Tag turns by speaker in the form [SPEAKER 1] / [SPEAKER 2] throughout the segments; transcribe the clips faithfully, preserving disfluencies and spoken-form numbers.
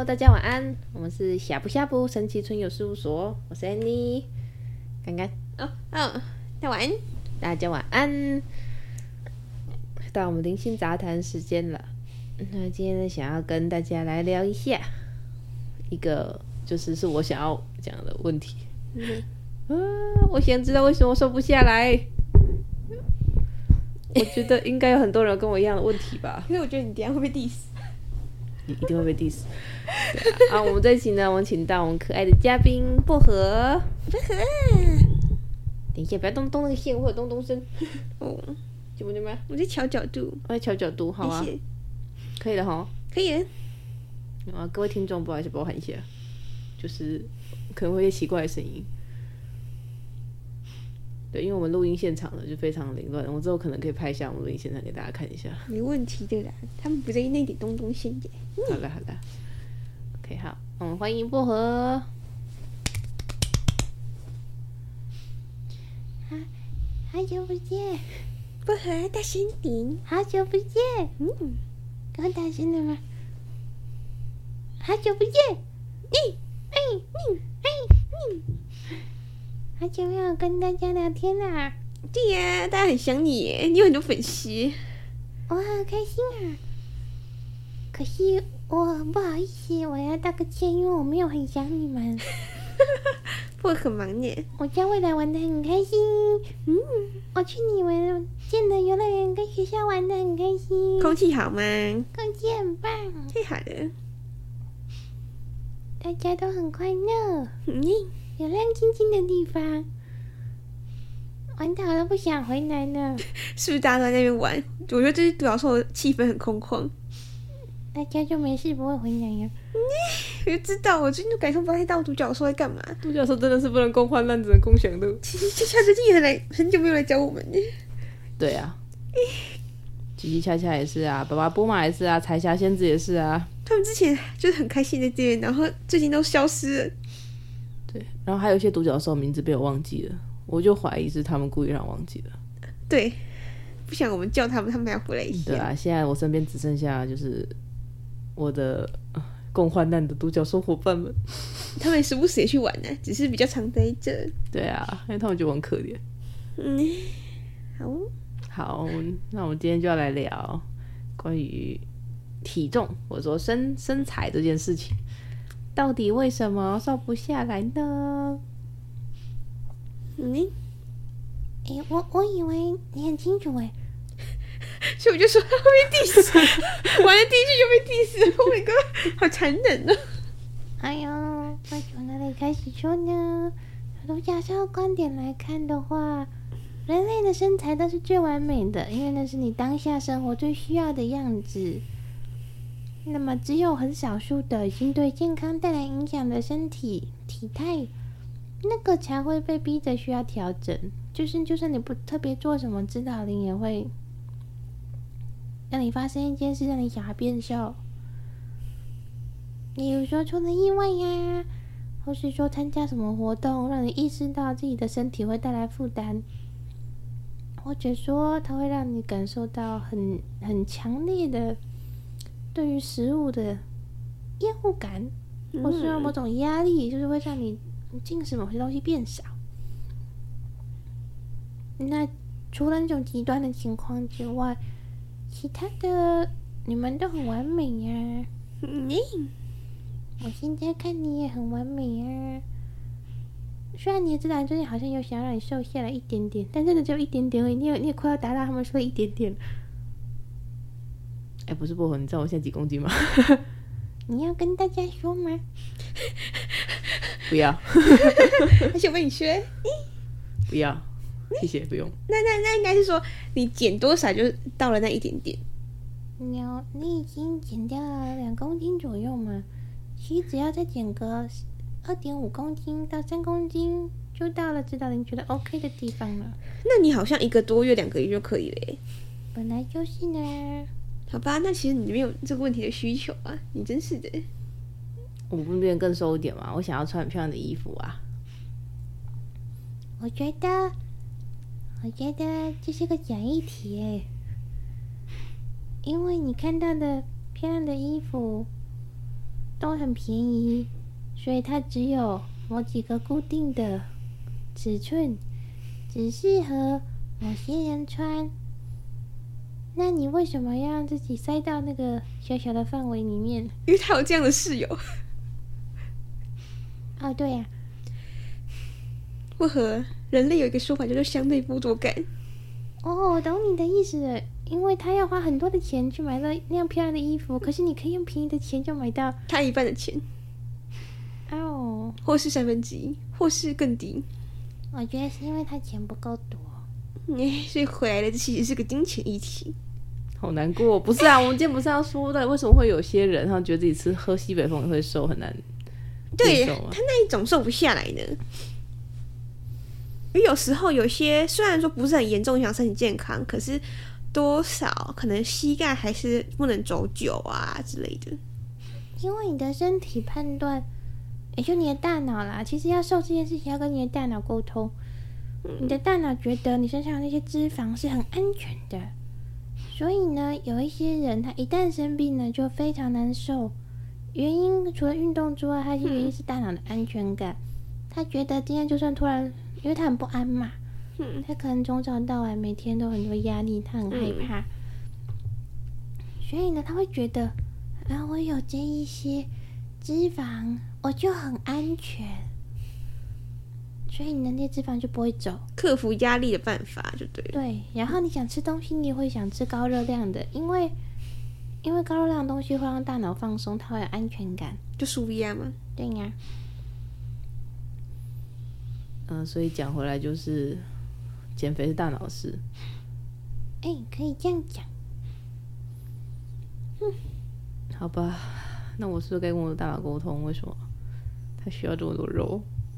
[SPEAKER 1] Hello， 大家晚安，我们是呷哺呷哺神奇春游事务所，我是 Annie， 刚刚
[SPEAKER 2] 哦哦，那晚安，
[SPEAKER 1] 大家晚安。到我们零星杂谈时间了，那今天呢，想要跟大家来聊一下一个就是是我想要讲的问题。嗯啊，我想知道为什么瘦不下来。我觉得应该有很多人跟我一样的问题吧。
[SPEAKER 2] 因为我觉得你等一下会被 diss。
[SPEAKER 1] 你一定会被 diss。对啊，啊，我们这一期呢，我们请到我们可爱的嘉宾薄荷。
[SPEAKER 2] 薄荷，
[SPEAKER 1] 等一下，不要动动那个线，会有咚咚声。
[SPEAKER 2] 哦，
[SPEAKER 1] 怎么怎么样？
[SPEAKER 2] 我在调角度，
[SPEAKER 1] 我在调角度，好啊，
[SPEAKER 2] 谢谢
[SPEAKER 1] 可以了哈。
[SPEAKER 2] 可以了。
[SPEAKER 1] 啊，各位听众，不好意思，包涵一下，就是可能会有些奇怪的声音。对，因为我们录音现场呢就非常凌乱，我之后可能可以拍一下我们录音现场给大家看一下。
[SPEAKER 2] 没问题的啦，他们不在意那点东东线的。
[SPEAKER 1] 嗯、好了好了 ，OK 好，嗯，欢迎薄荷。
[SPEAKER 3] 好，好久不见，
[SPEAKER 2] 薄荷大声点，
[SPEAKER 3] 好久不见，嗯，够大声了吗？好久不见，嗯，哎，嗯，哎，嗯，好久没有跟大家聊天啦。
[SPEAKER 2] 对呀、啊，大家很想你耶，你有很多粉丝，
[SPEAKER 3] 我好开心啊！可是我不好意思，我要道个歉，因为我没有很想你们。
[SPEAKER 2] 薄荷很忙呢，
[SPEAKER 3] 我在未来玩得很开心，嗯，我去你们建的游乐园跟学校玩得很开心，
[SPEAKER 2] 空气好吗？
[SPEAKER 3] 空气很棒，
[SPEAKER 2] 太好了，
[SPEAKER 3] 大家都很快乐，
[SPEAKER 2] 嗯，
[SPEAKER 3] 有亮晶晶的地方，玩到都不想回来了。
[SPEAKER 2] 是不是大家都在那边玩？我觉得这些独角兽的气氛很空旷。
[SPEAKER 3] 大家就没事不会回来呀？
[SPEAKER 2] 我就知道，我最近都感受不太到独角兽在干嘛。
[SPEAKER 1] 独角兽真的是不能共患难，只能共享乐。
[SPEAKER 2] 其实恰恰最近也来很久没有来教我们呢。
[SPEAKER 1] 对啊，吉吉恰恰也是啊，爸爸波马也是啊，彩霞仙子也是啊。
[SPEAKER 2] 他们之前就是很开心在这边，然后最近都消失了。
[SPEAKER 1] 对，然后还有一些独角兽名字被我忘记了，我就怀疑是他们故意让我忘记了。
[SPEAKER 2] 对，不想我们叫他们，他们要回来一下。
[SPEAKER 1] 对啊，现在我身边只剩下就是我的、呃、共患难的独角兽伙伴们。
[SPEAKER 2] 他们时不时也去玩呢、啊，只是比较常在这。
[SPEAKER 1] 对啊，因为他们觉得我很可怜。
[SPEAKER 2] 嗯，好，
[SPEAKER 1] 好，那我们今天就要来聊关于体重或者说身身材这件事情，到底为什么瘦不下来呢？
[SPEAKER 2] 嗯，
[SPEAKER 3] 诶、欸，我我以为你很清楚诶。
[SPEAKER 2] 所以我就说他会被 diss， 玩了第一句就被 diss， Oh my god， 好残忍哦！
[SPEAKER 3] 哎呦，那从哪里开始说呢？从假设观点来看的话，人类的身材都是最完美的，因为那是你当下生活最需要的样子。那么，只有很少数的已经对健康带来影响的身体体态，那个才会被逼着需要调整。就是就算你不特别做什么指导灵，也会让你发生一件事，让你想要变瘦。比如说出了意外呀，或是说参加什么活动，让你意识到自己的身体会带来负担，或者说它会让你感受到很很强烈的对于食物的厌恶感，或是说某种压力，就是会让你进食某些东西变少。那除了那种极端的情况之外，其他的你们都很完美呀。
[SPEAKER 2] 嗯，
[SPEAKER 3] 我现在看你也很完美啊。虽然你也知道，你最近好像有想要让你瘦下来一点点，但真的只有一点点而已。你也你也快要达到他们说的一点点了。
[SPEAKER 1] 哎、欸，不是薄荷，你知道我现在几公斤吗？
[SPEAKER 3] 你要跟大家说吗？
[SPEAKER 1] 不要。
[SPEAKER 2] 而且我跟你说，
[SPEAKER 1] 不要，谢谢，不用。
[SPEAKER 2] 那那那应该是说你减多少就到了那一点点。
[SPEAKER 3] 你有你已经减掉了两公斤左右嘛？其实只要再减个二点五公斤到三公斤，就到了指导灵觉得 OK 的地方了。
[SPEAKER 2] 那你好像一个多月、两个月就可以了耶。
[SPEAKER 3] 本来就是呢。
[SPEAKER 2] 好吧，那其实你没有这个问题的需求啊，你真是的。
[SPEAKER 1] 我不变更瘦一点嘛？我想要穿很漂亮的衣服啊。
[SPEAKER 3] 我觉得，我觉得这是个假议题耶。因为你看到的漂亮的衣服， 都很便宜，所以它只有某几个固定的尺寸，只适合某些人穿。那你为什么要让自己塞到那个小小的范围里面？
[SPEAKER 2] 因为他有这样的室友。
[SPEAKER 3] 哦，对呀、啊，
[SPEAKER 2] 为何人类有一个说法叫做相对剥夺感？
[SPEAKER 3] 哦，我懂你的意思了。因为他要花很多的钱去买到那样漂亮的衣服，可是你可以用便宜的钱就买到
[SPEAKER 2] 他一半的钱，
[SPEAKER 3] 哦，
[SPEAKER 2] 或是三分之一，或是更低。
[SPEAKER 3] 我觉得是因为他钱不够多。
[SPEAKER 2] 欸、所以回来的这其实是个金钱议题。
[SPEAKER 1] 好难过，不是啊？我们今天不是要说的，为什么会有些人他觉得自己吃喝西北风也会瘦，很难
[SPEAKER 2] 对，
[SPEAKER 1] 接受啊
[SPEAKER 2] 他那一种瘦不下来呢。因为有时候有些虽然说不是很严重影响身体健康，可是多少可能膝盖还是不能走久啊之类的。
[SPEAKER 3] 因为你的身体判断，也就你的大脑啦，其实要瘦这件事情要跟你的大脑沟通。你的大脑觉得你身上的那些脂肪是很安全的，所以呢，有一些人他一旦生病呢，就非常难受。原因除了运动之外，还有原因是大脑的安全感。他觉得今天就算突然，因为他很不安嘛，他可能从早到晚每天都很多压力，他很害怕，所以呢，他会觉得啊，我有这一些脂肪，我就很安全。所以你的那些脂肪就不会走，
[SPEAKER 2] 克服压力的办法就对了。
[SPEAKER 3] 对，然后你想吃东西，你也会想吃高热量的，因为因为高热量的东西会让大脑放松，它会有安全感，
[SPEAKER 2] 就舒压嘛。
[SPEAKER 3] 对呀。
[SPEAKER 1] 嗯、呃，所以讲回来就是减肥是大脑事。
[SPEAKER 3] 哎、欸，可以这样讲。
[SPEAKER 1] 嗯，好吧，那我是不是该跟我的大脑沟通，为什么它需要这么多肉？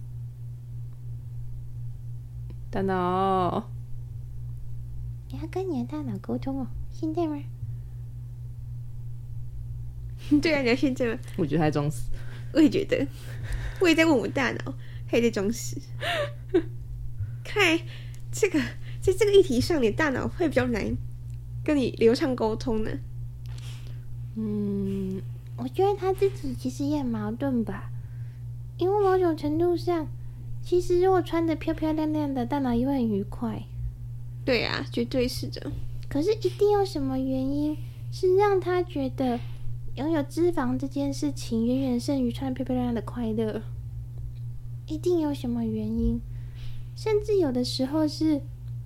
[SPEAKER 1] 大脑，
[SPEAKER 3] 你要跟你的大脑沟通哦？现在吗？
[SPEAKER 2] 对啊，你要现在吗？
[SPEAKER 1] 我觉得他在装死。
[SPEAKER 2] 我也觉得，我也在问我大脑，他也在装死。看来这个在这个议题上，你的大脑会比较难跟你流畅沟通呢。
[SPEAKER 3] 嗯，我觉得他自己其实也很矛盾吧，因为某种程度上，其实如果穿得漂漂亮亮的，大脑也会很愉快。
[SPEAKER 2] 对啊，绝对是的。
[SPEAKER 3] 可是一定有什么原因是让他觉得拥有脂肪这件事情远远胜于穿漂漂亮亮的快乐，一定有什么原因，甚至有的时候是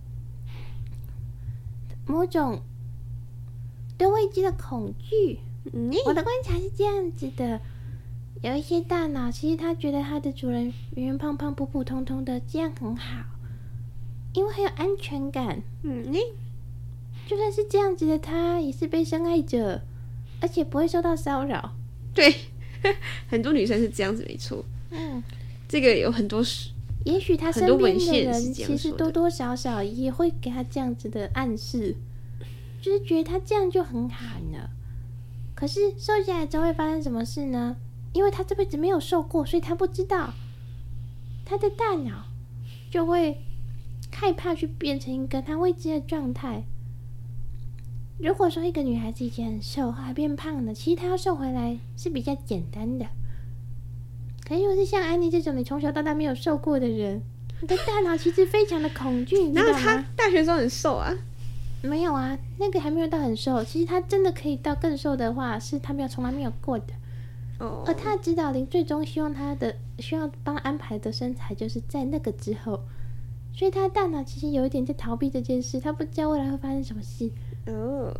[SPEAKER 3] 某种对未知的恐惧。
[SPEAKER 2] 嗯，
[SPEAKER 3] 我的观察是这样子的，有一些大脑其实他觉得他的主人圆圆胖胖普普通通的，这样很好，因为很有安全感。
[SPEAKER 2] 嗯，
[SPEAKER 3] 就算是这样子的他也是被深爱着，而且不会受到骚扰。
[SPEAKER 2] 对，很多女生是这样子，没错。
[SPEAKER 3] 嗯，
[SPEAKER 2] 这个有很多
[SPEAKER 3] 也许他身
[SPEAKER 2] 很多
[SPEAKER 3] 边的
[SPEAKER 2] 文献是
[SPEAKER 3] 人
[SPEAKER 2] 这样说的
[SPEAKER 3] 其实多多少少也会给他这样子的暗示，就是觉得他这样就很好呢。可是瘦下来之后会发生什么事呢？因为他这辈子没有瘦过，所以他不知道，他的大脑就会害怕去变成一个他未知的状态。如果说一个女孩子以前很瘦，后来变胖了，其实她要瘦回来是比较简单的。可是如果是像安妮这种你从小到大没有瘦过的人，你的大脑其实非常的恐惧，你知道
[SPEAKER 2] 然后他
[SPEAKER 3] 吗？
[SPEAKER 2] 大学时候很瘦啊。
[SPEAKER 3] 没有啊，那个还没有到很瘦。其实他真的可以到更瘦的话，是他没有从来没有过的。
[SPEAKER 2] 哦，
[SPEAKER 3] 而他的指导灵最终希望他的需要帮他安排的身材，就是在那个之后。所以他的大脑其实有一点在逃避这件事，他不知道未来会发生什么事。
[SPEAKER 2] 哦，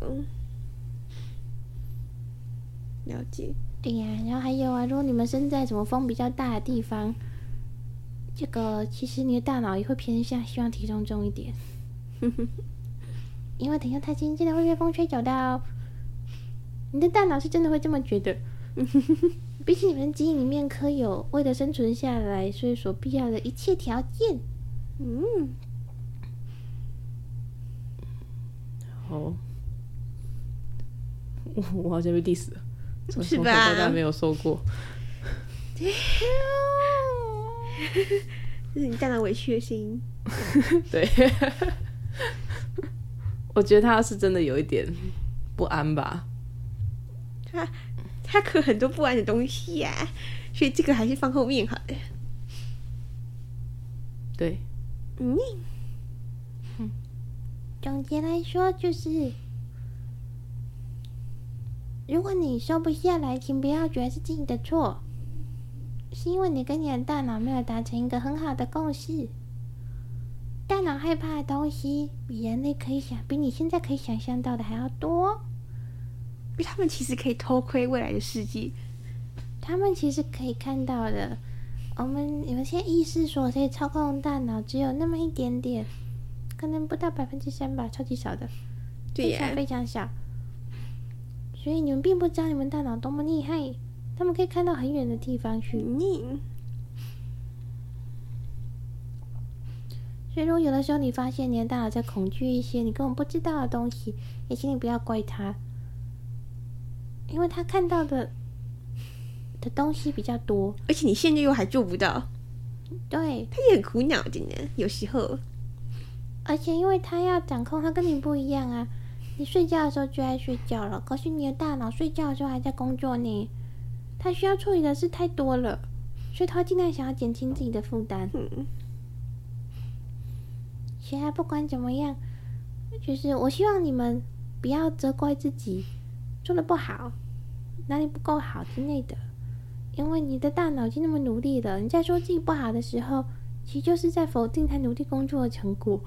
[SPEAKER 2] 了解。
[SPEAKER 3] 对呀、啊，然后还有啊，如果你们身在什么风比较大的地方，这个其实你的大脑也会偏向希望体重重一点。因为等一下太轻真的会被风吹走的哦。你的大脑是真的会这么觉得。比起你们基因里面刻有为了生存下来所以所必要的一切条件。
[SPEAKER 2] 嗯，
[SPEAKER 1] 好，我我好像被 diss 了，从
[SPEAKER 2] 是吧
[SPEAKER 1] 从小到大没有瘦过。
[SPEAKER 2] 这是你大脑委屈的声音。
[SPEAKER 1] 对，我觉得他是真的有一点不安吧。
[SPEAKER 2] 他它可很多不安的东西呀、啊，所以这个还是放后面好的。
[SPEAKER 1] 对，
[SPEAKER 2] 嗯，
[SPEAKER 3] 总结来说就是，如果你瘦不下来，请不要觉得是自己的错，是因为你跟你的大脑没有达成一个很好的共识。大脑害怕的东西比人类可以想，比你现在可以想象到的还要多。
[SPEAKER 2] 因为他们其实可以偷窥未来的世界，
[SPEAKER 3] 他们其实可以看到的。我们你们现在意识所可以操控大脑只有那么一点点，可能不到百分之三吧，超级少的，
[SPEAKER 2] 对呀、
[SPEAKER 3] 非常非常小。所以你们并不知道你们大脑多么厉害，他们可以看到很远的地方去。
[SPEAKER 2] 嗯，
[SPEAKER 3] 所以如果有的时候你发现你的大脑在恐惧一些你根本不知道的东西，也请你不要怪他，因为他看到的的东西比较多，
[SPEAKER 2] 而且你现在又还做不到，
[SPEAKER 3] 对，
[SPEAKER 2] 他也很苦恼的呢，有时候。
[SPEAKER 3] 而且因为他要掌控，他跟你不一样啊。你睡觉的时候就爱睡觉了，可是你的大脑睡觉的时候还在工作呢，他需要处理的事太多了，所以他尽量想要减轻自己的负担。
[SPEAKER 2] 嗯，
[SPEAKER 3] 所以不管怎么样，就是我希望你们不要责怪自己做的不好，哪里不够好之类的，因为你的大脑已经那么努力了，你在说自己不好的时候，其实就是在否定他努力工作的成果。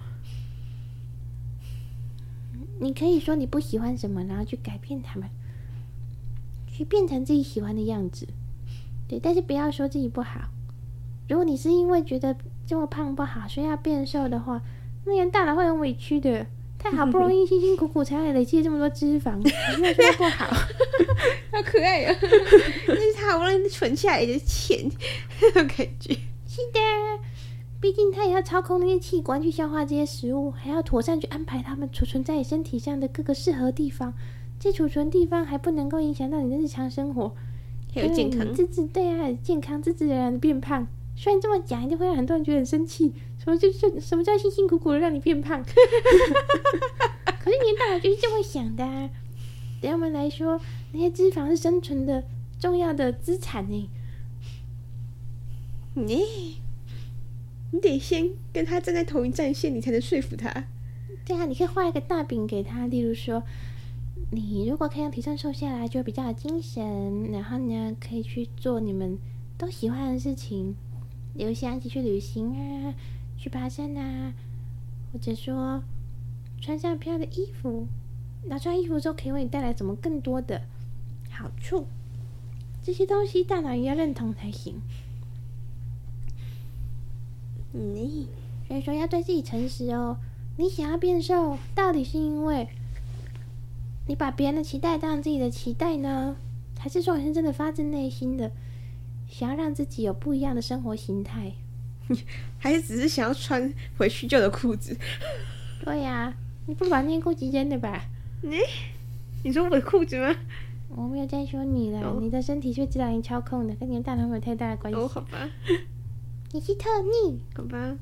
[SPEAKER 3] 你可以说你不喜欢什么，然后去改变他们，去变成自己喜欢的样子，对，但是不要说自己不好。如果你是因为觉得这么胖不好，所以要变瘦的话，那你的大脑会很委屈的。他好不容易辛辛苦苦才累积了这么多脂肪，你又说不好，
[SPEAKER 2] 好可爱啊！那是他好不容易存下来的钱，那种感觉。
[SPEAKER 3] 是的，毕竟他也要操控那些器官去消化这些食物，还要妥善去安排它们储存在你身体上的各个适合地方。这储存地方还不能够影响到你的日常生活，
[SPEAKER 2] 还有健康，
[SPEAKER 3] 自制对啊，健康自自然然的变胖。虽然这么讲，一定会让很多人觉得很生气。什么就是什么叫辛辛苦苦的让你变胖？可是你的大脑就是这么想的啊。对我们来说，那些脂肪是生存的重要的资产呢。
[SPEAKER 2] 你，你得先跟他站在同一战线，你才能说服他。
[SPEAKER 3] 对啊，你可以画一个大饼给他，例如说，你如果可以让体重瘦下来，就会比较有精神。然后呢，可以去做你们都喜欢的事情，比如像一起去旅行啊，去爬山啊，或者说穿上漂亮的衣服。然后穿衣服之后可以为你带来什么更多的好处，这些东西大脑也要认同才行。
[SPEAKER 2] 嗯，
[SPEAKER 3] 所以说要对自己诚实哦。你想要变瘦，到底是因为你把别人的期待当成自己的期待呢，还是说你是真的发自内心的想要让自己有不一样的生活形态？
[SPEAKER 2] 还是只是想要穿回去旧的裤子？
[SPEAKER 3] 对呀、啊，你不把那件裤子扔了吧？
[SPEAKER 2] 你、欸，你说我的裤子吗？
[SPEAKER 3] 我没有在说你了，哦、你的身体是自然操控的，跟你的大脑没有太大的关系。
[SPEAKER 2] 哦，好吧。
[SPEAKER 3] 你是特例，
[SPEAKER 2] 好吧。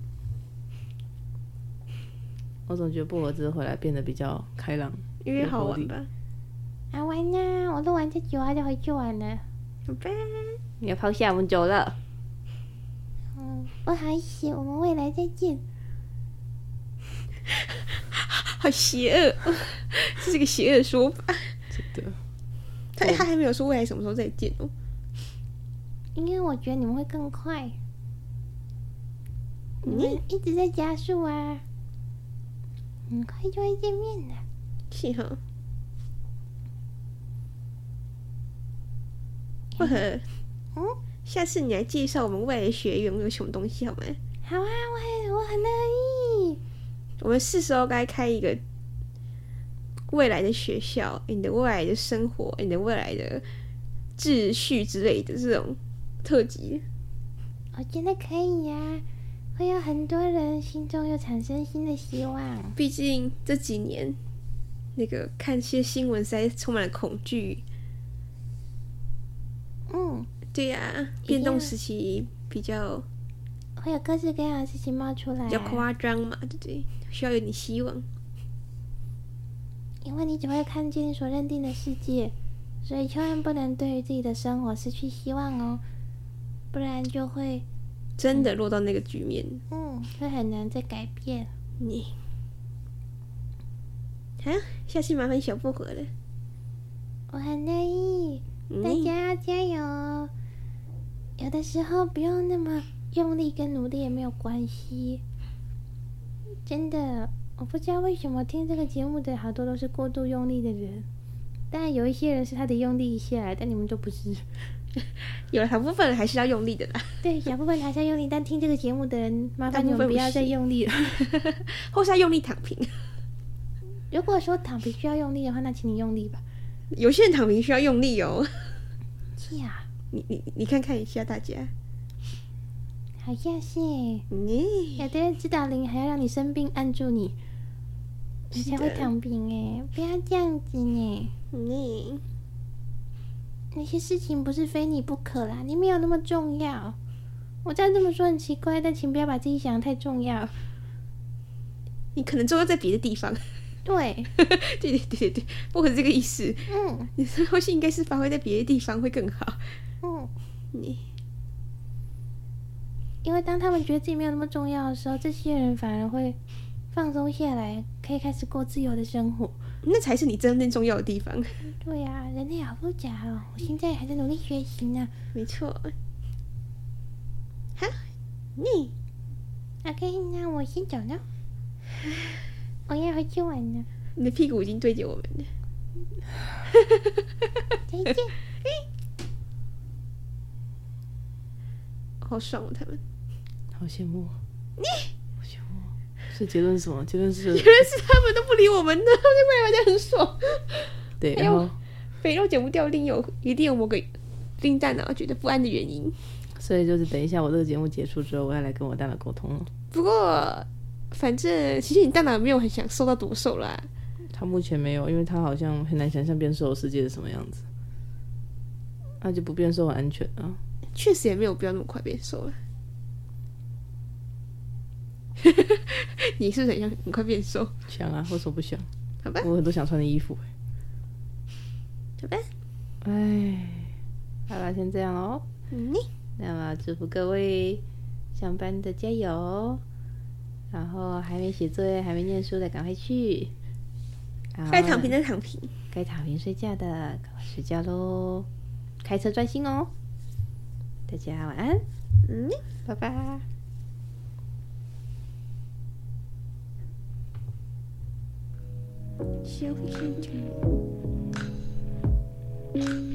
[SPEAKER 1] 我总觉得薄荷汁回来变得比较开朗，
[SPEAKER 2] 因为好玩吧。
[SPEAKER 3] 好玩啊！我录完这集我还得回去玩呢。
[SPEAKER 2] 好吧。
[SPEAKER 1] 你要抛下我们走了。
[SPEAKER 3] 嗯，不好意思，我们未来再见。
[SPEAKER 2] 好邪恶，这是个邪恶的说法。
[SPEAKER 1] 真的。
[SPEAKER 2] 他他还没有说未来什么时候再见哦。
[SPEAKER 3] 因为我觉得你们会更快，你们一直在加速啊，很快就会见面的。
[SPEAKER 2] 是哈。薄荷，
[SPEAKER 3] 嗯，
[SPEAKER 2] 下次你来介绍我们未来的学员有什么东西好吗？
[SPEAKER 3] 好啊，我很我很乐意。
[SPEAKER 2] 我们是时候该开一个未来的学校，你的未来的生活，你的未来的秩序之类的这种特辑。
[SPEAKER 3] 我觉得可以呀、啊，会有很多人心中又产生新的希望。
[SPEAKER 2] 毕竟这几年那个看些新闻实在充满了恐惧。
[SPEAKER 3] 嗯，
[SPEAKER 2] 对呀、啊，变动时期比较
[SPEAKER 3] 会有各式各样的事情冒出来、啊，
[SPEAKER 2] 比较夸张嘛，对不对？需要有点希望。
[SPEAKER 3] 因为你只会看见你所认定的世界， 所以千万不能对于自己的生活失去希望哦，不然就会
[SPEAKER 2] 真的落到那个局面。
[SPEAKER 3] 嗯，会很难再改变。
[SPEAKER 2] 你，好，下次麻烦小薄荷了。
[SPEAKER 3] 我很乐意，大家要加油哦。有的时候不用那么用力跟努力也没有关系。真的，我不知道为什么听这个节目的好多都是过度用力的人，当然有一些人是他的用力下来，但你们都不是。
[SPEAKER 2] 有小部分人还是要用力的啦。
[SPEAKER 3] 对，小部分还是要用力，但听这个节目的人，麻烦你们不要再用力了，
[SPEAKER 2] 或是要用力躺平。
[SPEAKER 3] 如果说躺平需要用力的话，那请你用力吧。
[SPEAKER 2] 有些人躺平需要用力哦。
[SPEAKER 3] 是啊，
[SPEAKER 2] 你你你看看一下大家，
[SPEAKER 3] 好像是。
[SPEAKER 2] 你
[SPEAKER 3] 有的人指导灵还要让你生病按住你，你才会躺平哎，不要这样子呢。
[SPEAKER 2] 你
[SPEAKER 3] 那些事情不是非你不可啦，你没有那么重要。我这样这么说很奇怪，但请不要把自己想得太重要。
[SPEAKER 2] 你可能重要在别的地方。
[SPEAKER 3] 对，
[SPEAKER 2] 对对对对对，不可是这个意思。
[SPEAKER 3] 嗯，
[SPEAKER 2] 你的东西应该是发挥在别的地方会更好。
[SPEAKER 3] 嗯，
[SPEAKER 2] 你
[SPEAKER 3] 因为当他们觉得自己没有那么重要的时候，这些人反而会放松下来，可以开始过自由的生活。
[SPEAKER 2] 那才是你真正重要的地方。
[SPEAKER 3] 对呀、啊，人类好复杂哦，我现在还在努力学习呢。
[SPEAKER 2] 没错。好，你
[SPEAKER 3] OK， 那我先走了，我要回去玩了。
[SPEAKER 2] 你的屁股已经对着我们了。
[SPEAKER 3] 再见。
[SPEAKER 2] 好爽哦，他们。
[SPEAKER 1] 好羡慕，你好羡慕。所以结论是什么？结论是，
[SPEAKER 2] 原来是他们都不理我们的，那未来很爽。
[SPEAKER 1] 对，然后
[SPEAKER 2] 肥肉减不掉，一定有一定有某个令大脑觉得不安的原因。
[SPEAKER 1] 所以就是等一下我这个节目结束之后，我要来跟我大脑沟通了。
[SPEAKER 2] 不过，反正其实你大脑没有很想瘦到多瘦啦。
[SPEAKER 1] 他目前没有，因为他好像很难想象变瘦的世界是什么样子。那就不变瘦很安全啊。
[SPEAKER 2] 确实也没有必要那么快变瘦了。你是不是很想很快变瘦？
[SPEAKER 1] 想啊，为什么不想？
[SPEAKER 2] 好吧，
[SPEAKER 1] 我有很多想穿的衣服。
[SPEAKER 2] 好吧。
[SPEAKER 1] 哎，好了，先这样咯。
[SPEAKER 2] 嗯，
[SPEAKER 1] 那么祝福各位上班的加油，然后还没写作业、还没念书的赶快去，
[SPEAKER 2] 该躺平的躺平，
[SPEAKER 1] 该躺平睡觉的赶快睡觉咯。开车专心哦。大家晚安。
[SPEAKER 2] 嗯，
[SPEAKER 1] 拜拜。
[SPEAKER 2] 先回睡觉。